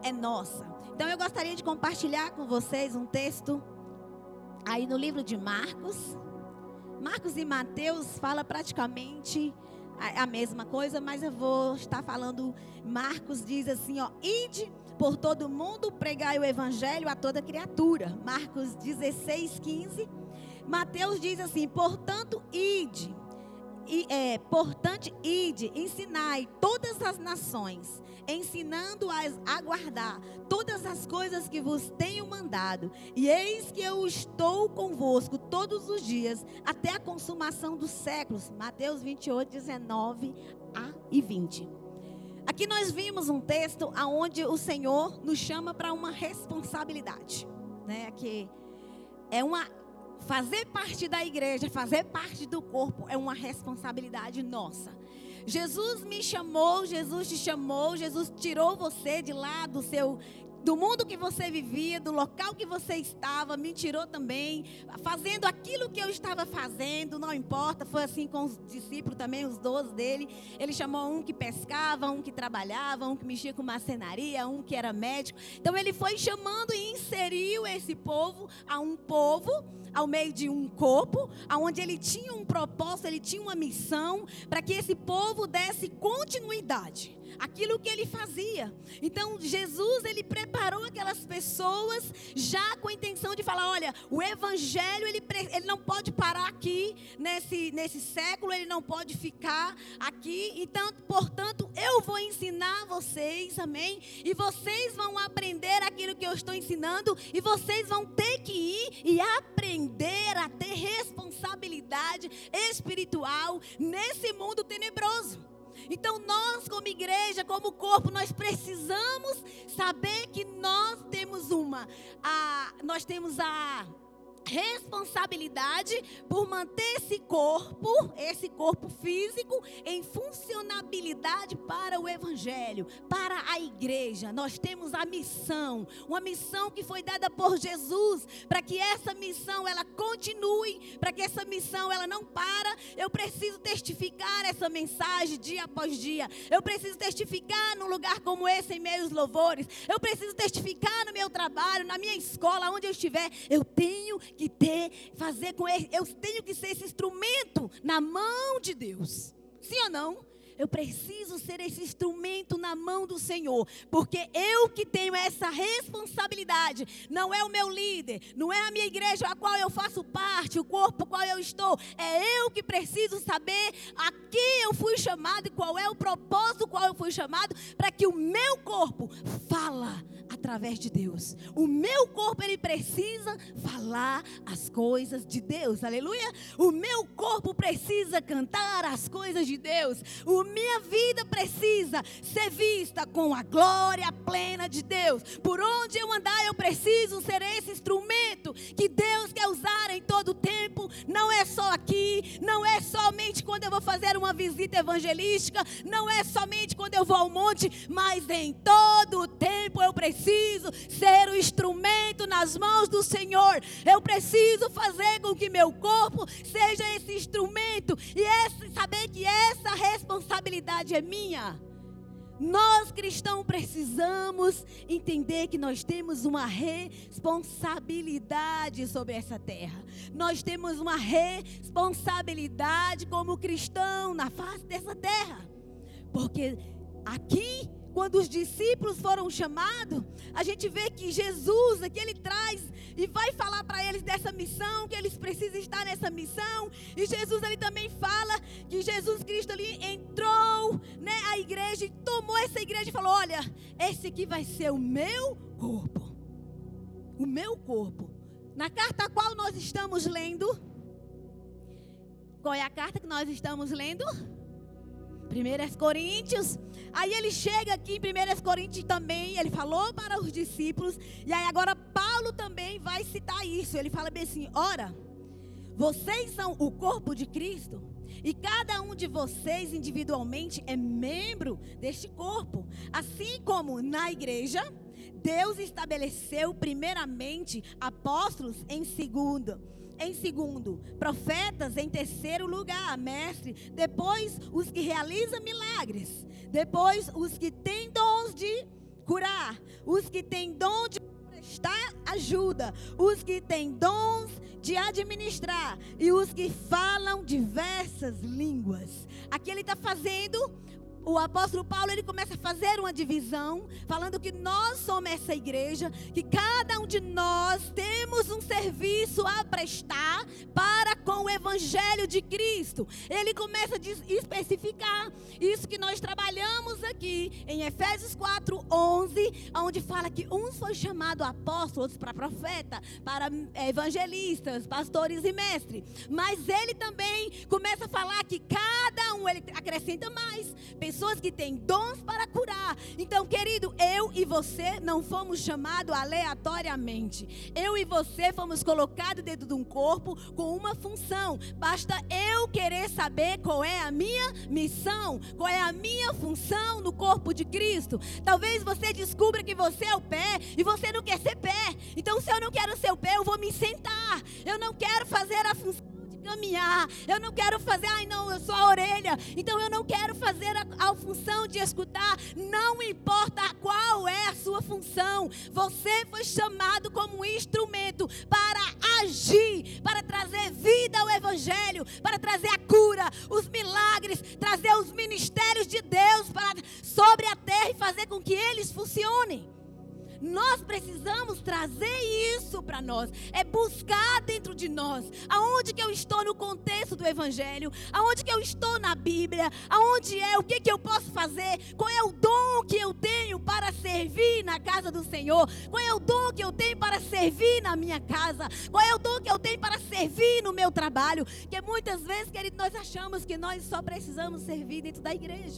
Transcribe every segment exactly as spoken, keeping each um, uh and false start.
é nossa. Então eu gostaria de compartilhar com vocês um texto aí no livro de Marcos. Marcos e Mateus fala praticamente a, a mesma coisa, mas eu vou estar falando. Marcos diz assim, ó: ide por todo mundo, pregai o evangelho a toda criatura. Marcos dezesseis, quinze. Mateus diz assim: portanto, ide. E, é, portanto, ide, ensinai todas as nações, ensinando-as a guardar todas as coisas que vos tenho mandado. E eis que eu estou convosco todos os dias, até a consumação dos séculos. Mateus vinte e oito, dezenove e vinte. Aqui nós vimos um texto onde o Senhor nos chama para uma responsabilidade, né? Que é uma... Fazer parte da igreja, fazer parte do corpo é uma responsabilidade nossa. Jesus me chamou, Jesus te chamou, Jesus tirou você de lá do seu... do mundo que você vivia, do local que você estava, me tirou também, fazendo aquilo que eu estava fazendo, não importa. Foi assim com os discípulos também, os doze dele. Ele chamou um que pescava, um que trabalhava, um que mexia com marcenaria, um que era médico. Então ele foi chamando e inseriu esse povo a um povo, ao meio de um corpo, onde ele tinha um propósito, ele tinha uma missão, para que esse povo desse continuidade aquilo que ele fazia. Então Jesus, ele preparou aquelas pessoas já com a intenção de falar: olha, o evangelho ele, ele não pode parar aqui nesse, nesse século, ele não pode ficar aqui. Então, portanto, eu vou ensinar vocês, amém? E vocês vão aprender aquilo que eu estou ensinando, e vocês vão ter que ir e aprender a ter responsabilidade espiritual nesse mundo tenebroso. Então nós, como igreja, como corpo, nós precisamos saber que nós temos uma, a, nós temos a responsabilidade por manter esse corpo, esse corpo físico, em funcionabilidade para o evangelho, para a igreja. Nós temos a missão, uma missão que foi dada por Jesus, para que essa missão ela continue, para que essa missão ela não para. Eu preciso testificar essa mensagem dia após dia. Eu preciso testificar num lugar como esse, em meio aos louvores. Eu preciso testificar no meu trabalho, na minha escola, onde eu estiver. Eu tenho que ter, fazer com ele, eu tenho que ser esse instrumento na mão de Deus. Sim ou não? Eu preciso ser esse instrumento na mão do Senhor, porque eu que tenho essa responsabilidade. Não é o meu líder, não é a minha igreja a qual eu faço parte, o corpo a qual eu estou. É eu que preciso saber a que eu fui chamado e qual é o propósito qual eu fui chamado, para que o meu corpo fala através de Deus. O meu corpo, ele precisa falar as coisas de Deus, aleluia. O meu corpo precisa cantar as coisas de Deus. O minha vida precisa ser vista com a glória plena de Deus. Por onde eu andar, eu preciso ser esse instrumento que Deus quer usar em todo o tempo. Não é só aqui, não é somente quando eu vou fazer uma visita evangelística, não é somente quando eu vou ao monte, mas em todo o tempo eu preciso ser o instrumento nas mãos do Senhor. Eu preciso fazer com que meu corpo seja esse instrumento, e esse, saber que essa responsabilidade é minha. Nós cristãos precisamos entender que nós temos uma responsabilidade sobre essa terra. Nós temos uma responsabilidade como cristão na face dessa terra. Porque aqui, quando os discípulos foram chamados, a gente vê que Jesus aqui, ele traz e vai falar para eles dessa missão, que eles precisam estar nessa missão. E Jesus, ele também fala que Jesus Cristo ali entrou, né, a igreja, e tomou essa igreja e falou: olha, esse aqui vai ser o meu corpo. O meu corpo. Na carta a qual nós estamos lendo, qual é a carta que nós estamos lendo? primeira Coríntios. Aí ele chega aqui em primeira Coríntios também, ele falou para os discípulos, e aí agora Paulo também vai citar isso. Ele fala bem assim: ora, vocês são o corpo de Cristo, e cada um de vocês individualmente é membro deste corpo. Assim como na igreja, Deus estabeleceu primeiramente apóstolos em segundo, em segundo, profetas em terceiro lugar, mestre, depois os que realizam milagres, depois os que têm dons de curar, os que têm dom de prestar ajuda, os que têm dons de administrar e os que falam diversas línguas. Aqui ele está fazendo... O apóstolo Paulo, ele começa a fazer uma divisão, falando que nós somos essa igreja, que cada um de nós temos um serviço a prestar para com o evangelho de Cristo. Ele começa a especificar isso que nós trabalhamos aqui em Efésios quatro, onze, onde fala que uns foi chamado apóstolos, outros para profeta, para evangelistas, pastores e mestres. Mas ele também começa a falar que cada um, ele acrescenta mais, pessoas que têm dons para curar. Então, querido, eu e você não fomos chamados aleatoriamente. Eu e você fomos colocados dentro de um corpo com uma função. Basta eu querer saber qual é a minha missão, qual é a minha função no corpo de Cristo. Talvez você descubra que você é o pé e você não quer ser pé. Então, se eu não quero ser o pé, eu vou me sentar. Eu não quero fazer a função caminhar, eu não quero fazer, ai não, eu sou a orelha, então eu não quero fazer a, a função de escutar. Não importa qual é a sua função, você foi chamado como um instrumento para agir, para trazer vida ao evangelho, para trazer a cura, os milagres, trazer os ministérios de Deus para, sobre a terra e fazer com que eles funcionem. Nós precisamos trazer isso para nós, é buscar dentro de nós, aonde que eu estou no contexto do evangelho, aonde que eu estou na Bíblia, aonde é, o que que eu posso fazer, qual é o dom que eu tenho para servir na casa do Senhor, qual é o dom que eu tenho para servir na minha casa, qual é o dom que eu tenho para servir no meu trabalho, que muitas vezes, querido, nós achamos que nós só precisamos servir dentro da igreja,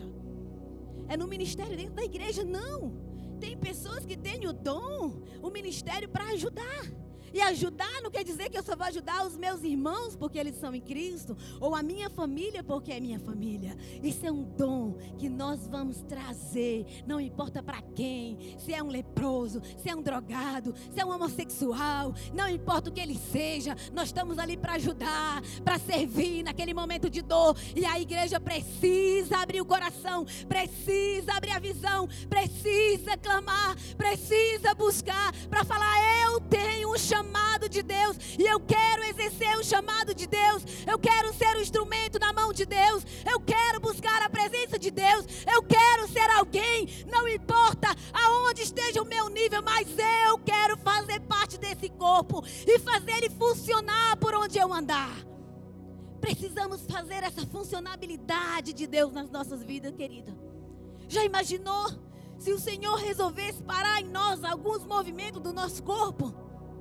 é no ministério dentro da igreja. Não. Tem pessoas que têm o dom, o ministério para ajudar. E ajudar não quer dizer que eu só vou ajudar os meus irmãos porque eles são em Cristo, ou a minha família porque é minha família. Isso é um dom que nós vamos trazer, não importa para quem, se é um leproso, se é um drogado, se é um homossexual, não importa o que ele seja, nós estamos ali para ajudar, para servir naquele momento de dor. E a igreja precisa abrir o coração, precisa abrir a visão, precisa clamar, precisa buscar, para falar: eu tenho um chamado de Deus e eu quero exercer o chamado de Deus, eu quero ser o instrumento na mão de Deus, eu quero buscar a presença de Deus, eu quero ser alguém, não importa aonde esteja o meu nível, mas eu quero fazer parte desse corpo e fazer ele funcionar por onde eu andar. Precisamos fazer essa funcionabilidade de Deus nas nossas vidas, querida. Já imaginou se o Senhor resolvesse parar em nós alguns movimentos do nosso corpo?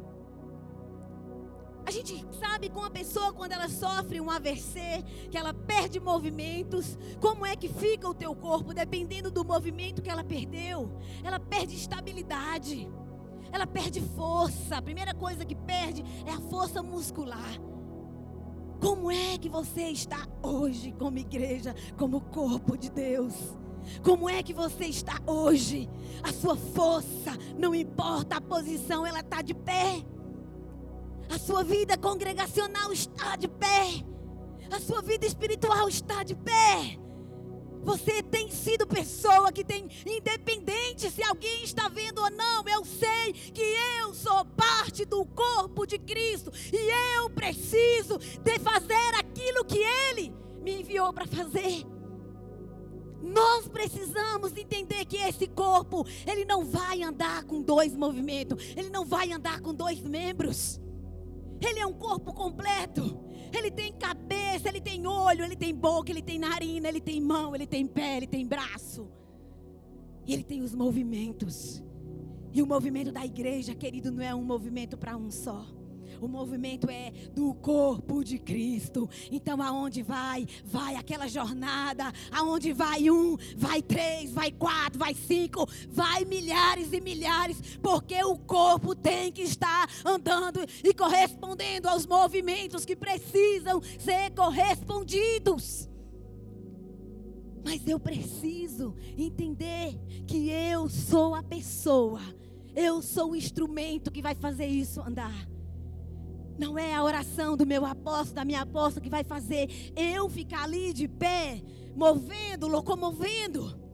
A gente sabe com a pessoa, quando ela sofre um A V C, que ela perde movimentos, como é que fica o teu corpo, dependendo do movimento que ela perdeu. Ela perde estabilidade, ela perde força. A primeira coisa que perde é a força muscular. Como é que você está hoje como igreja, como corpo de Deus? Como é que você está hoje? A sua força, não importa a posição, ela está de pé. A sua vida congregacional está de pé. A sua vida espiritual está de pé. Você tem sido pessoa que tem, independente se alguém está vendo ou não, eu sei que eu sou parte do corpo de Cristo e eu preciso de fazer aquilo que Ele me enviou para fazer. Nós precisamos entender que esse corpo, ele não vai andar com dois movimentos, ele não vai andar com dois membros. Ele é um corpo completo. Ele tem cabeça, ele tem olho, ele tem boca, ele tem narina, ele tem mão, ele tem pé, ele tem braço. E ele tem os movimentos. E o movimento da igreja, querido, não é um movimento para um só. O movimento é do corpo de Cristo. Então aonde vai, vai aquela jornada. Aonde vai um, vai três, vai quatro, vai cinco, vai milhares e milhares. Porque o corpo tem que estar andando e correspondendo aos movimentos que precisam ser correspondidos. Mas eu preciso entender que eu sou a pessoa. Eu sou o instrumento que vai fazer isso andar. Não é a oração do meu apóstolo, da minha apóstola que vai fazer eu ficar ali de pé, movendo, locomovendo.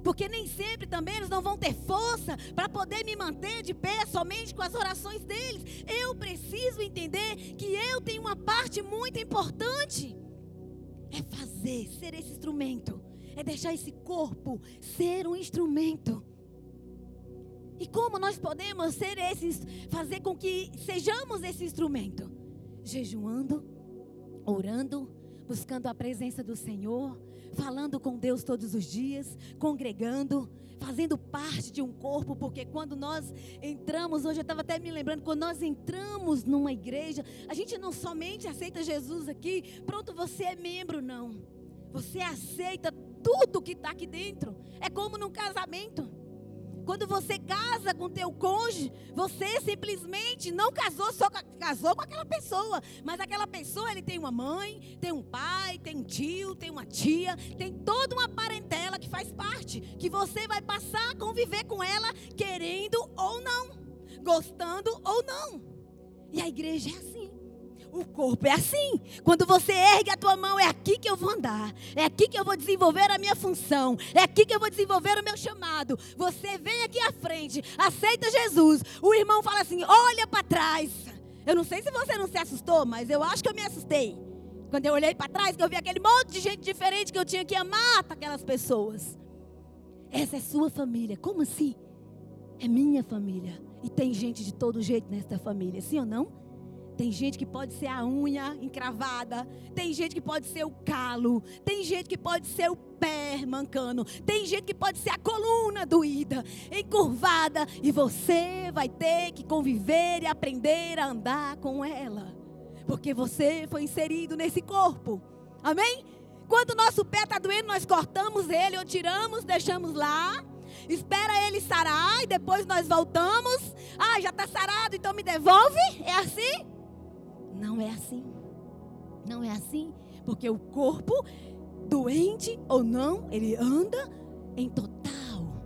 Porque nem sempre também eles não vão ter força para poder me manter de pé somente com as orações deles. Eu preciso entender que eu tenho uma parte muito importante. É fazer, ser esse instrumento. É deixar esse corpo ser um instrumento. E como nós podemos ser esses, fazer com que sejamos esse instrumento? Jejuando, orando, buscando a presença do Senhor, falando com Deus todos os dias, congregando, fazendo parte de um corpo, porque quando nós entramos, hoje eu estava até me lembrando, quando nós entramos numa igreja, a gente não somente aceita Jesus aqui, pronto, você é membro, não. Você aceita tudo que está aqui dentro. É como num casamento. Quando você casa com teu cônjuge, você simplesmente não casou só com, casou com aquela pessoa, mas aquela pessoa, ele tem uma mãe, tem um pai, tem um tio, tem uma tia, tem toda uma parentela que faz parte, que você vai passar a conviver com ela, querendo ou não, gostando ou não. E a igreja é assim. O corpo é assim. Quando você ergue a tua mão, é aqui que eu vou andar. É aqui que eu vou desenvolver a minha função. É aqui que eu vou desenvolver o meu chamado. Você vem aqui à frente, aceita Jesus. O irmão fala assim, olha para trás. Eu não sei se você não se assustou, mas eu acho que eu me assustei. Quando eu olhei para trás, que eu vi aquele monte de gente diferente que eu tinha que amar aquelas pessoas. Essa é sua família. Como assim? É minha família. E tem gente de todo jeito nesta família, sim ou não? Tem gente que pode ser a unha encravada. Tem gente que pode ser o calo. Tem gente que pode ser o pé mancando. Tem gente que pode ser a coluna doída, encurvada. E você vai ter que conviver e aprender a andar com ela. Porque você foi inserido nesse corpo. Amém? Quando o nosso pé está doendo, nós cortamos ele ou tiramos, deixamos lá. Espera ele sarar e depois nós voltamos. Ah, já está sarado, então me devolve? É assim? Não é assim, não é assim, porque o corpo, doente ou não, ele anda em total,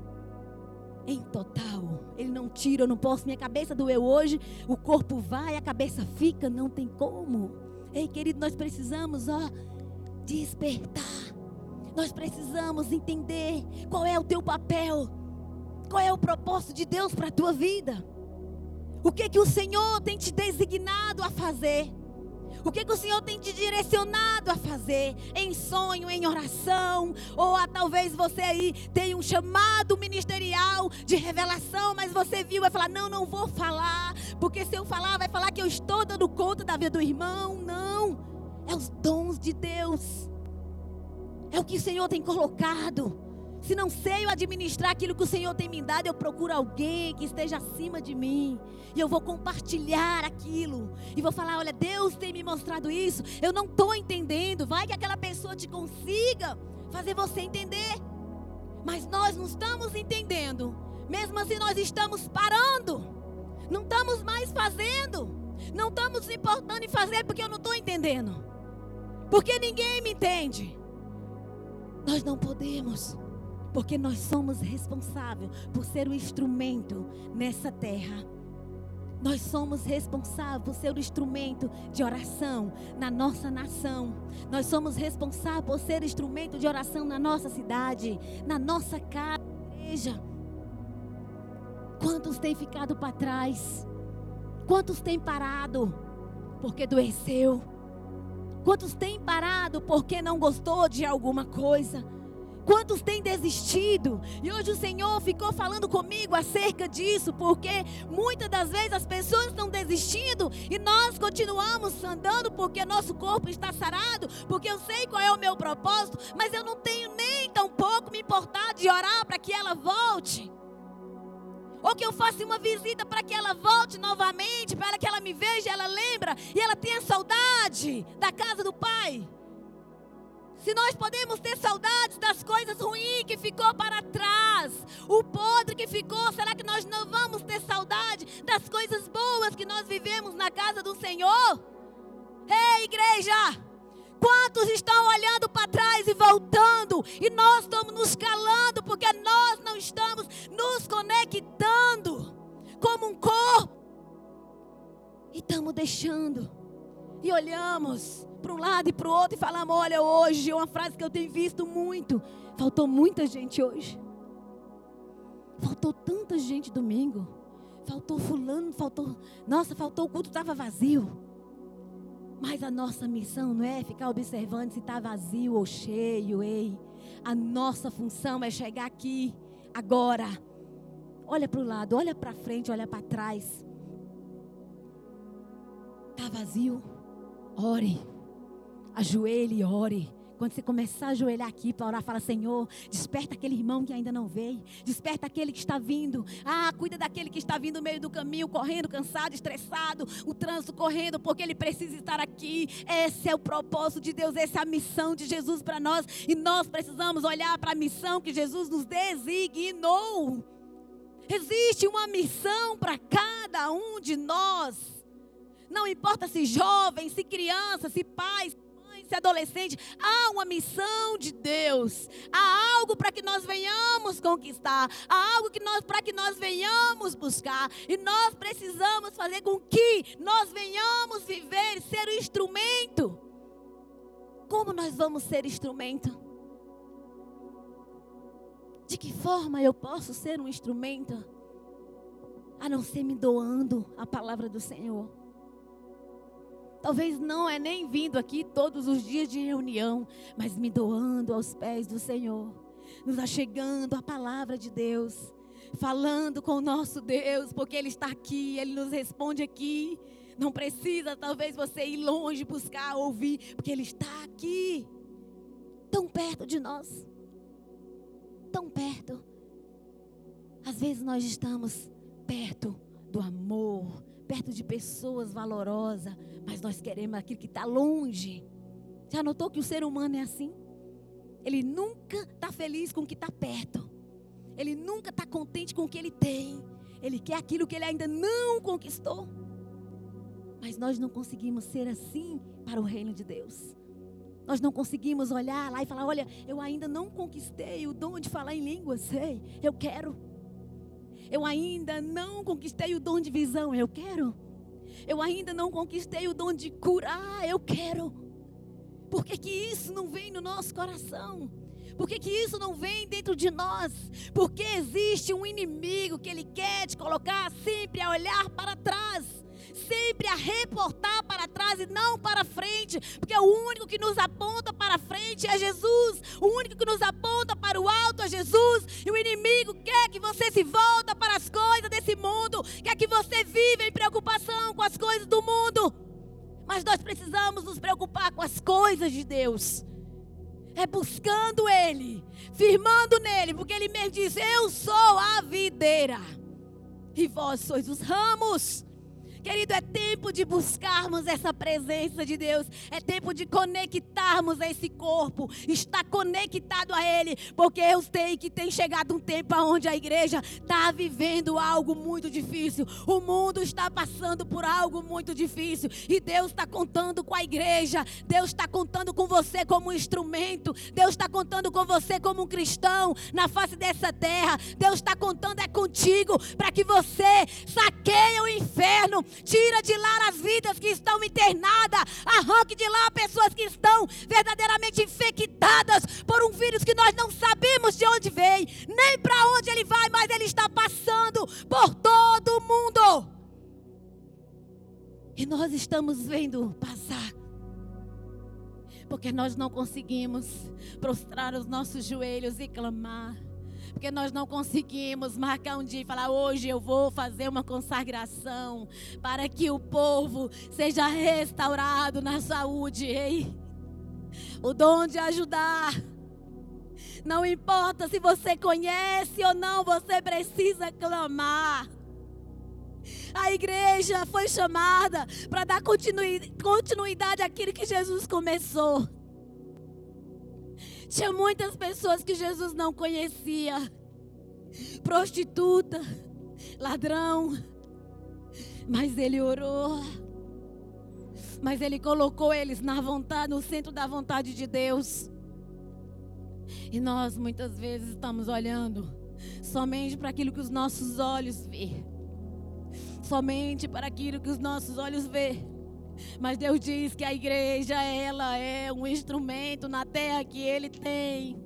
em total, ele não tira, eu não posso, minha cabeça doeu hoje, o corpo vai, a cabeça fica, não tem como. Ei, querido, nós precisamos, ó, despertar, nós precisamos entender qual é o teu papel, qual é o propósito de Deus para a tua vida. O que que o Senhor tem te designado a fazer? O que que o Senhor tem te direcionado a fazer? Em sonho, em oração, ou a, talvez você aí tenha um chamado ministerial de revelação, mas você viu, vai falar, não, não vou falar, porque se eu falar, vai falar que eu estou dando conta da vida do irmão. Não, é os dons de Deus, é o que o Senhor tem colocado. Se não sei eu administrar aquilo que o Senhor tem me dado, eu procuro alguém que esteja acima de mim. E eu vou compartilhar aquilo. E vou falar, olha, Deus tem me mostrado isso. Eu não estou entendendo. Vai que aquela pessoa te consiga fazer você entender. Mas nós não estamos entendendo. Mesmo assim nós estamos parando. Não estamos mais fazendo. Não estamos se importando em fazer porque eu não estou entendendo. Porque ninguém me entende. Nós não podemos. Porque nós somos responsáveis por ser o instrumento nessa terra. Nós somos responsáveis por ser o instrumento de oração na nossa nação. Nós somos responsáveis por ser instrumento de oração na nossa cidade, na nossa casa, igreja. Quantos têm ficado para trás? Quantos têm parado porque adoeceu? Quantos têm parado porque não gostou de alguma coisa? Quantos têm desistido? E hoje o Senhor ficou falando comigo acerca disso, porque muitas das vezes as pessoas estão desistindo e nós continuamos andando porque nosso corpo está sarado, porque eu sei qual é o meu propósito, mas eu não tenho nem tão pouco me importar de orar para que ela volte. Ou que eu faça uma visita para que ela volte novamente, para que ela me veja, ela lembra e ela tenha saudade da casa do Pai. Se nós podemos ter saudades das coisas ruins que ficou para trás, o podre que ficou, será que nós não vamos ter saudade das coisas boas que nós vivemos na casa do Senhor? Ei, igreja! Quantos estão olhando para trás e voltando? E nós estamos nos calando porque nós não estamos nos conectando como um corpo. E estamos deixando e olhamos para um lado e para o outro e falamos, olha, hoje, uma frase que eu tenho visto muito, faltou muita gente hoje. Faltou tanta gente domingo. Faltou fulano, faltou... Nossa, faltou o culto, estava vazio. Mas a nossa missão não é ficar observando se está vazio ou cheio, ei. A nossa função é chegar aqui, agora. Olha para o lado, olha para frente, olha para trás. Está vazio? Ore. Ajoelhe e ore. Quando você começar a ajoelhar aqui para orar, fala, Senhor, desperta aquele irmão que ainda não veio. Desperta aquele que está vindo. Ah, cuida daquele que está vindo no meio do caminho, correndo, cansado, estressado. O trânsito correndo, porque ele precisa estar aqui. Esse é o propósito de Deus, essa é a missão de Jesus para nós. E nós precisamos olhar para a missão que Jesus nos designou. Existe uma missão para cada um de nós. Não importa se jovem, se criança, se pai, se adolescente, há uma missão de Deus, há algo para que nós venhamos conquistar, há algo que nós, para que nós venhamos buscar, e nós precisamos fazer com que nós venhamos viver, ser o instrumento. Como nós vamos ser instrumento? De que forma eu posso ser um instrumento? A não ser me doando a palavra do Senhor. Talvez não é nem vindo aqui todos os dias de reunião, mas me doando aos pés do Senhor, nos achegando a palavra de Deus, falando com o nosso Deus, porque Ele está aqui, Ele nos responde aqui. Não precisa talvez você ir longe buscar, ouvir, porque Ele está aqui, tão perto de nós, tão perto. Às vezes nós estamos perto do amor, perto de pessoas valorosas, mas nós queremos aquilo que está longe. Já notou que o ser humano é assim? Ele nunca está feliz com o que está perto. Ele nunca está contente com o que ele tem. Ele quer aquilo que ele ainda não conquistou. Mas nós não conseguimos ser assim para o reino de Deus. Nós não conseguimos olhar lá e falar, olha, eu ainda não conquistei o dom de falar em línguas, sei, eu quero. Eu ainda não conquistei o dom de visão, eu quero. Eu ainda não conquistei o dom de curar, eu quero. Por que que isso não vem no nosso coração? Por que que isso não vem dentro de nós? Porque existe um inimigo que ele quer te colocar sempre a olhar para trás, sempre a reportar para trás e não para frente, porque o único que nos aponta para frente é Jesus, o único que nos aponta para o alto é Jesus, e o inimigo quer que você se volta para as coisas desse mundo, quer que você viva em preocupação com as coisas do mundo, mas nós precisamos nos preocupar com as coisas de Deus, é buscando Ele, firmando nele, porque Ele mesmo diz, eu sou a videira, e vós sois os ramos. Querido, é tempo de buscarmos essa presença de Deus. É tempo de conectarmos a esse corpo. Estar conectado a Ele. Porque eu sei que tem chegado um tempo onde a igreja está vivendo algo muito difícil. O mundo está passando por algo muito difícil. E Deus está contando com a igreja. Deus está contando com você como um instrumento. Deus está contando com você como um cristão na face dessa terra. Deus está contando é contigo para que você saqueie o inferno. Tira de lá as vidas que estão internadas. Arranque de lá pessoas que estão verdadeiramente infectadas por um vírus que nós não sabemos de onde veio, nem para onde ele vai, mas ele está passando por todo o mundo. E nós estamos vendo passar. Porque nós não conseguimos prostrar os nossos joelhos e clamar. Porque nós não conseguimos marcar um dia e falar, hoje eu vou fazer uma consagração para que o povo seja restaurado na saúde. Ei, o dom de ajudar. Não importa se você conhece ou não, você precisa clamar. A igreja foi chamada para dar continuidade àquilo que Jesus começou. Tinha muitas pessoas que Jesus não conhecia. Prostituta, ladrão. Mas Ele orou. Mas Ele colocou eles na vontade, no centro da vontade de Deus. E nós muitas vezes estamos olhando somente para aquilo que os nossos olhos vê. Somente para aquilo que os nossos olhos vê. Mas Deus diz que a igreja, ela é um instrumento na terra que Ele tem.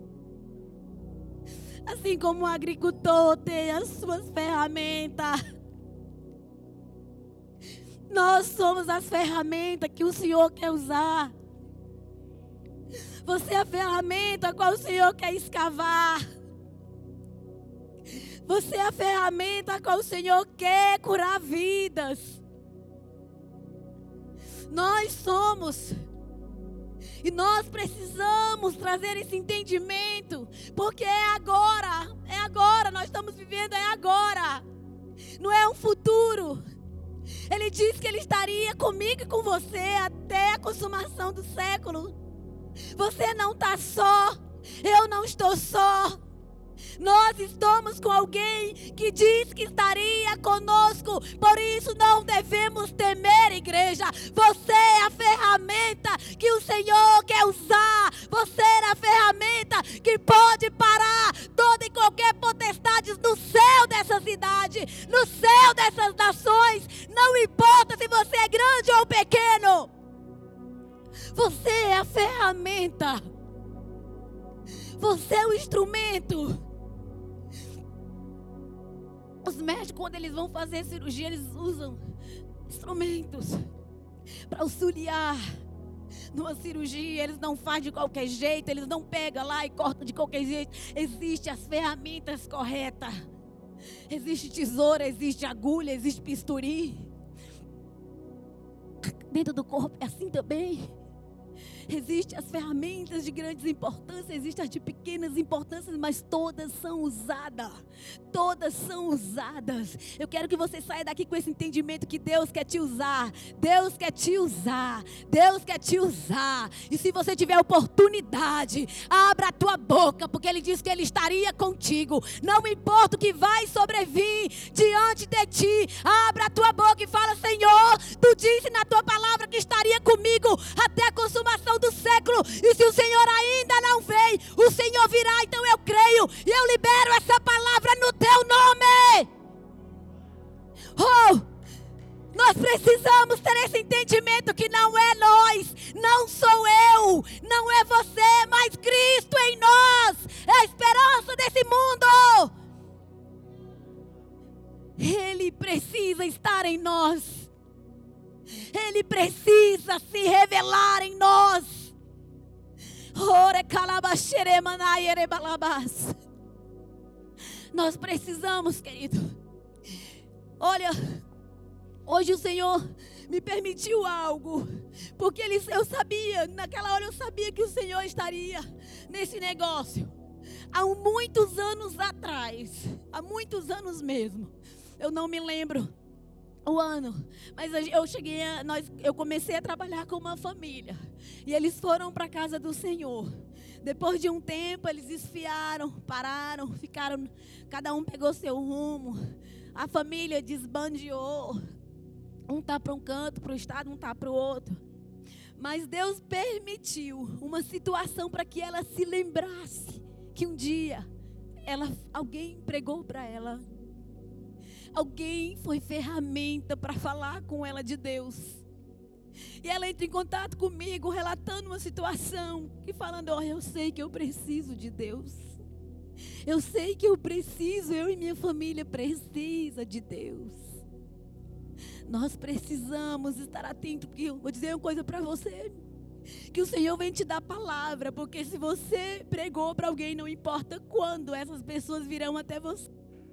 Assim como o agricultor tem as suas ferramentas, nós somos as ferramentas que o Senhor quer usar. Você é a ferramenta a qual o Senhor quer escavar. Você é a ferramenta a qual o Senhor quer curar vidas. Nós somos. E nós precisamos trazer esse entendimento. Porque é agora. É agora. Nós estamos vivendo, é agora. Não é um futuro. Ele disse que Ele estaria comigo e com você até a consumação do século. Você não está só. Eu não estou só. Nós estamos com alguém que diz que estaria conosco. Por isso não devemos temer, igreja. Você é a ferramenta que o Senhor quer usar. Você é a ferramenta que pode parar toda e qualquer potestade no céu dessa cidade, no céu dessas nações. Não importa se você é grande ou pequeno. Você é a ferramenta. Você é o instrumento. Os médicos, quando eles vão fazer cirurgia, eles usam instrumentos para auxiliar numa cirurgia. Eles não fazem de qualquer jeito, eles não pegam lá e cortam de qualquer jeito. Existem as ferramentas corretas. Existe tesoura, existe agulha, existe bisturi. Dentro do corpo é assim também. Existem as ferramentas de grandes importâncias, existem as de pequenas importâncias, mas todas são usadas. Todas são usadas. Eu quero que você saia daqui com esse entendimento que Deus quer te usar. Deus quer te usar. Deus quer te usar. E se você tiver oportunidade, abra a tua boca, porque Ele disse que Ele estaria contigo. Não importa o que vai sobrevir diante de ti. Abra a tua boca e fala: Senhor, Tu disse na Tua palavra que estaria comigo até a consumação do século. E se o Senhor ainda não veio, o Senhor virá. Então eu creio e eu libero essa palavra no Teu nome. Oh, nós precisamos ter esse entendimento que não é nós, não sou eu, não é você, mas Cristo em nós é a esperança desse mundo. Ele precisa estar em nós. Ele precisa se revelar em nós. Nós precisamos, querido. Olha, hoje o Senhor me permitiu algo. Porque ele, eu sabia, naquela hora eu sabia que o Senhor estaria nesse negócio. Há muitos anos atrás, há muitos anos mesmo. Eu não me lembro o ano, mas eu cheguei, a, nós, eu comecei a trabalhar com uma família, e eles foram para a casa do Senhor. Depois de um tempo eles esfriaram, pararam, ficaram, cada um pegou seu rumo, a família desbandeou, um tá para um canto, para o estado, um tá para o outro. Mas Deus permitiu uma situação para que ela se lembrasse que um dia ela, alguém pregou para ela. Alguém foi ferramenta para falar com ela de Deus. E ela entra em contato comigo, relatando uma situação, e falando: oh, eu sei que eu preciso de Deus. Eu sei que eu preciso, eu e minha família precisa de Deus. Nós precisamos estar atentos, porque eu vou dizer uma coisa para você, que o Senhor vem te dar palavra, porque se você pregou para alguém, não importa quando, essas pessoas virão até você.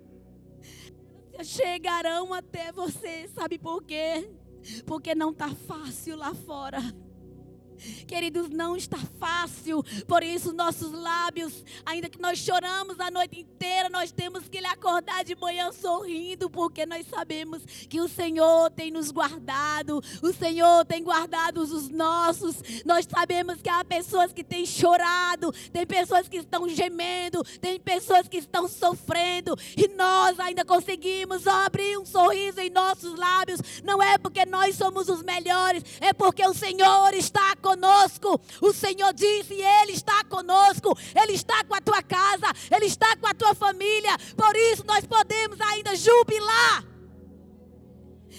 Chegarão até você, sabe por quê? Porque não está fácil lá fora. Queridos, não está fácil. Por isso nossos lábios, ainda que nós choramos a noite inteira, nós temos que lhe acordar de manhã sorrindo, porque nós sabemos que o Senhor tem nos guardado. O Senhor tem guardado os nossos. Nós sabemos que há pessoas que têm chorado, tem pessoas que estão gemendo, tem pessoas que estão sofrendo, e nós ainda conseguimos abrir um sorriso em nossos lábios. Não é porque nós somos os melhores, é porque o Senhor está conosco. O Senhor disse, Ele está conosco. Ele está com a tua casa, Ele está com a tua família. Por isso nós podemos ainda jubilar.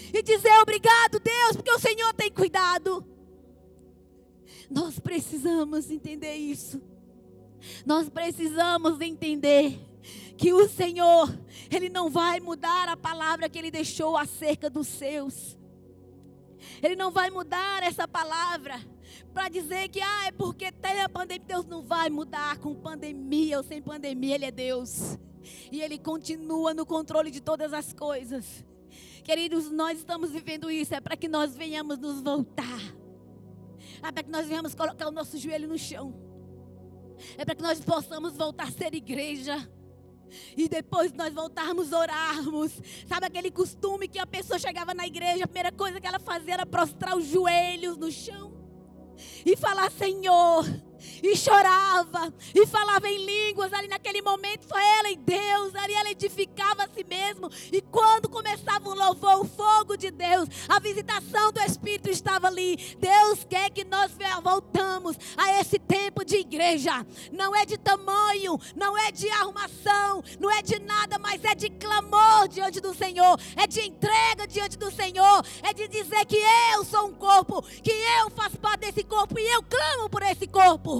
e dizer obrigado, Deus, porque o Senhor tem cuidado. Nós precisamos entender isso. Nós precisamos entender que o Senhor, Ele não vai mudar a palavra que Ele deixou acerca dos seus. Ele não vai mudar essa palavra para dizer que ah, é porque tem a pandemia. Deus não vai mudar com pandemia ou sem pandemia. Ele é Deus. E Ele continua no controle de todas as coisas. Queridos, nós estamos vivendo isso. É para que nós venhamos nos voltar. É para que nós venhamos colocar o nosso joelho no chão. É para que nós possamos voltar a ser igreja. E depois nós voltarmos a orarmos. Sabe aquele costume que a pessoa chegava na igreja, a primeira coisa que ela fazia era prostrar os joelhos no chão e falar Senhor, e chorava, e falava em línguas. Ali naquele momento só ela e Deus, ali ela edificava a si mesmo. E quando começava o louvor, o fogo de Deus, a visitação do Espírito estava ali. Deus quer que nós voltamos a esse tempo de igreja. Não é de tamanho, não é de arrumação, não é de nada, mas é de clamor diante do Senhor, é de entrega diante do Senhor, é de dizer que eu sou um corpo, que eu faço parte desse corpo e eu clamo por esse corpo.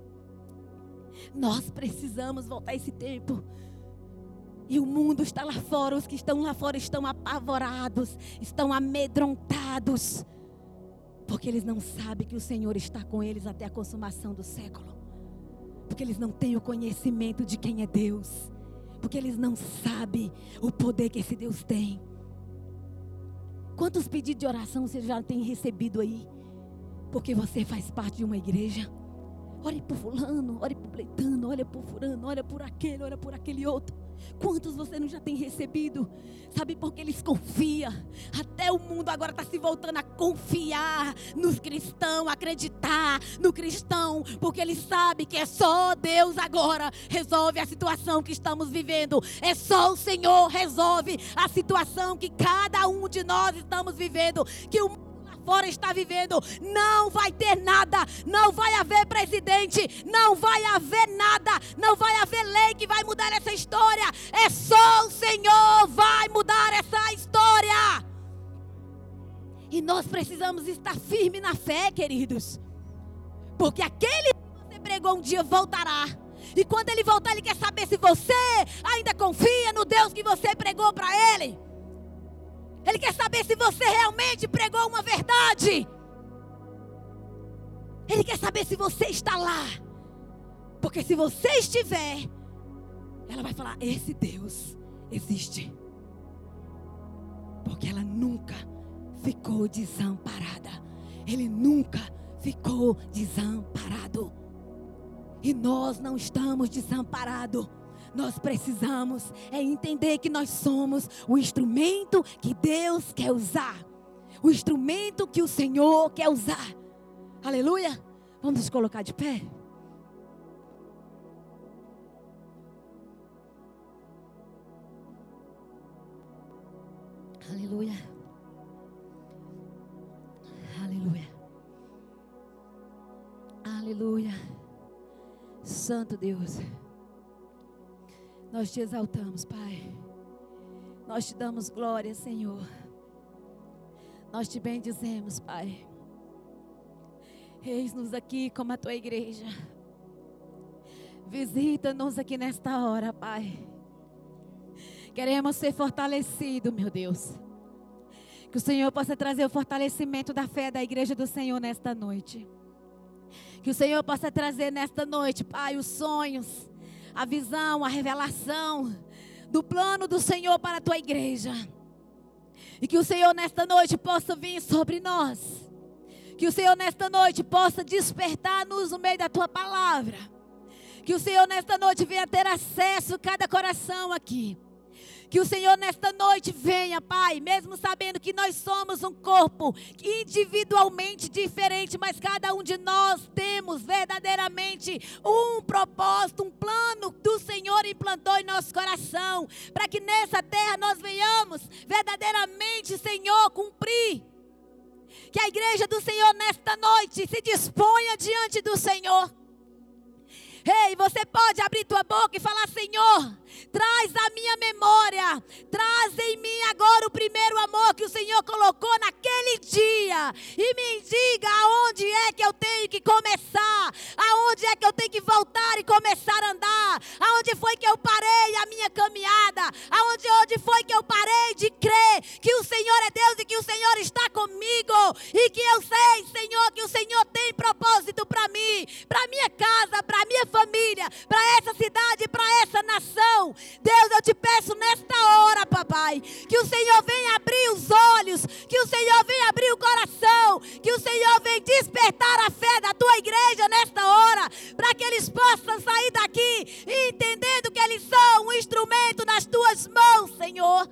Nós precisamos voltar a esse tempo. E o mundo está lá fora, os que estão lá fora estão apavorados, estão amedrontados, porque eles não sabem que o Senhor está com eles até a consumação do século. Porque eles não têm o conhecimento de quem é Deus. Porque eles não sabem o poder que esse Deus tem. Quantos pedidos de oração você já tem recebido aí? Porque você faz parte de uma igreja. Ore por fulano, ore por pleitano, ore por furano, ore por aquele, ore por aquele outro. Quantos você não já tem recebido? Sabe porque eles confiam. Até o mundo agora está se voltando a confiar nos cristãos, acreditar no cristão, porque eles sabem que é só Deus agora resolve a situação que estamos vivendo. É só o Senhor resolve a situação que cada um de nós estamos vivendo, que o fora está vivendo. Não vai ter nada, não vai haver presidente, não vai haver nada, não vai haver lei que vai mudar essa história. É só o Senhor vai mudar essa história. E nós precisamos estar firmes na fé, queridos, porque aquele que você pregou um dia voltará. E quando ele voltar, ele quer saber se você ainda confia no Deus que você pregou para ele. Ele quer saber se você realmente pregou uma verdade. Ele quer saber se você está lá. Porque se você estiver, ela vai falar, esse Deus existe. Porque ela nunca ficou desamparada. Ele nunca ficou desamparado. E nós não estamos desamparados. Nós precisamos é entender que nós somos o instrumento que Deus quer usar. O instrumento que o Senhor quer usar. Aleluia. Vamos nos colocar de pé. Aleluia. Aleluia. Aleluia. Santo Deus. Nós te exaltamos, Pai. Nós te damos glória, Senhor. Nós te bendizemos, Pai. Eis-nos aqui como a tua igreja. Visita-nos aqui nesta hora, Pai. Queremos ser fortalecidos, meu Deus. Que o Senhor possa trazer o fortalecimento da fé da igreja do Senhor nesta noite. Que o Senhor possa trazer nesta noite, Pai, os sonhos, a visão, a revelação do plano do Senhor para a tua igreja. E que o Senhor nesta noite possa vir sobre nós. Que o Senhor nesta noite possa despertar-nos no meio da tua palavra. Que o Senhor nesta noite venha ter acesso a cada coração aqui. Que o Senhor nesta noite venha, Pai, mesmo sabendo que nós somos um corpo individualmente diferente, mas cada um de nós temos verdadeiramente um propósito, um plano que o Senhor implantou em nosso coração, para que nessa terra nós venhamos verdadeiramente, Senhor, cumprir. Que a igreja do Senhor nesta noite se disponha diante do Senhor. Ei, você pode abrir tua boca e falar, Senhor, traz a minha memória, traz em mim agora o primeiro amor que o Senhor colocou naquele dia. E me diga aonde é que eu tenho que começar. Aonde é que eu tenho que voltar e começar a andar. Aonde foi que eu parei a minha caminhada. Aonde onde foi que eu parei de crer que o Senhor é Deus e que o Senhor está comigo. E que eu sei, Senhor, que o Senhor tem propósito para mim, para minha casa, para minha família, para essa cidade, para essa nação. Deus, eu te peço nesta hora, papai, que o Senhor venha abrir os olhos, que o Senhor venha abrir o coração, que o Senhor venha despertar a fé da tua igreja nesta hora, para que eles possam sair daqui entendendo que eles são um instrumento nas tuas mãos, Senhor.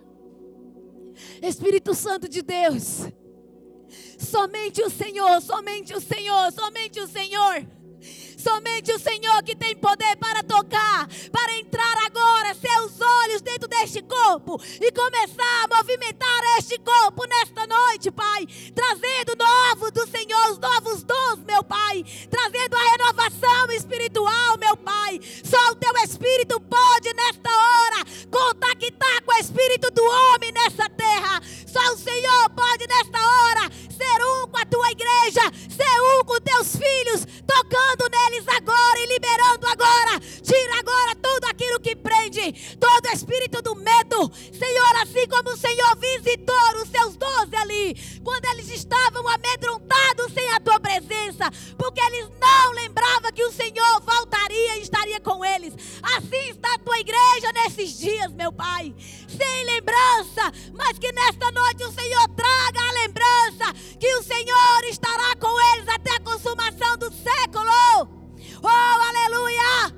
Espírito Santo de Deus, somente o Senhor, somente o Senhor, somente o Senhor. Somente o Senhor que tem poder para tocar, para entrar agora seus olhos dentro deste corpo e começar a movimentar este corpo nesta noite, Pai. Trazendo novos do Senhor, os novos dons, meu Pai. Trazendo a renovação espiritual, meu Pai. Só o teu Espírito pode nesta hora contactar com o Espírito do homem nessa terra. Só o Senhor pode nesta hora ser um com a tua igreja, ser um com teus filhos, tocando neles agora e liberando agora. Tira agora tudo aquilo que prende, todo espírito do medo, Senhor, assim como o Senhor visitou os seus doze ali, quando eles estavam amedrontados sem a tua presença, porque eles não lembravam que o Senhor voltaria e estaria com eles. Assim está a tua igreja nesses dias, meu Pai, sem lembrança, mas que nesta noite o Senhor traga a lembrança que o Senhor estará com eles até a consumação do século. Oh, aleluia!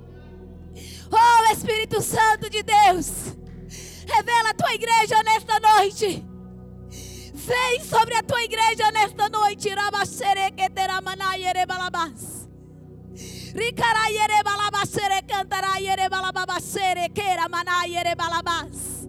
Oh, Espírito Santo de Deus, revela a tua igreja nesta noite. Vem sobre a tua igreja nesta noite. Ricará yere balabasere cantará yere balabasere queira maná yere balabas.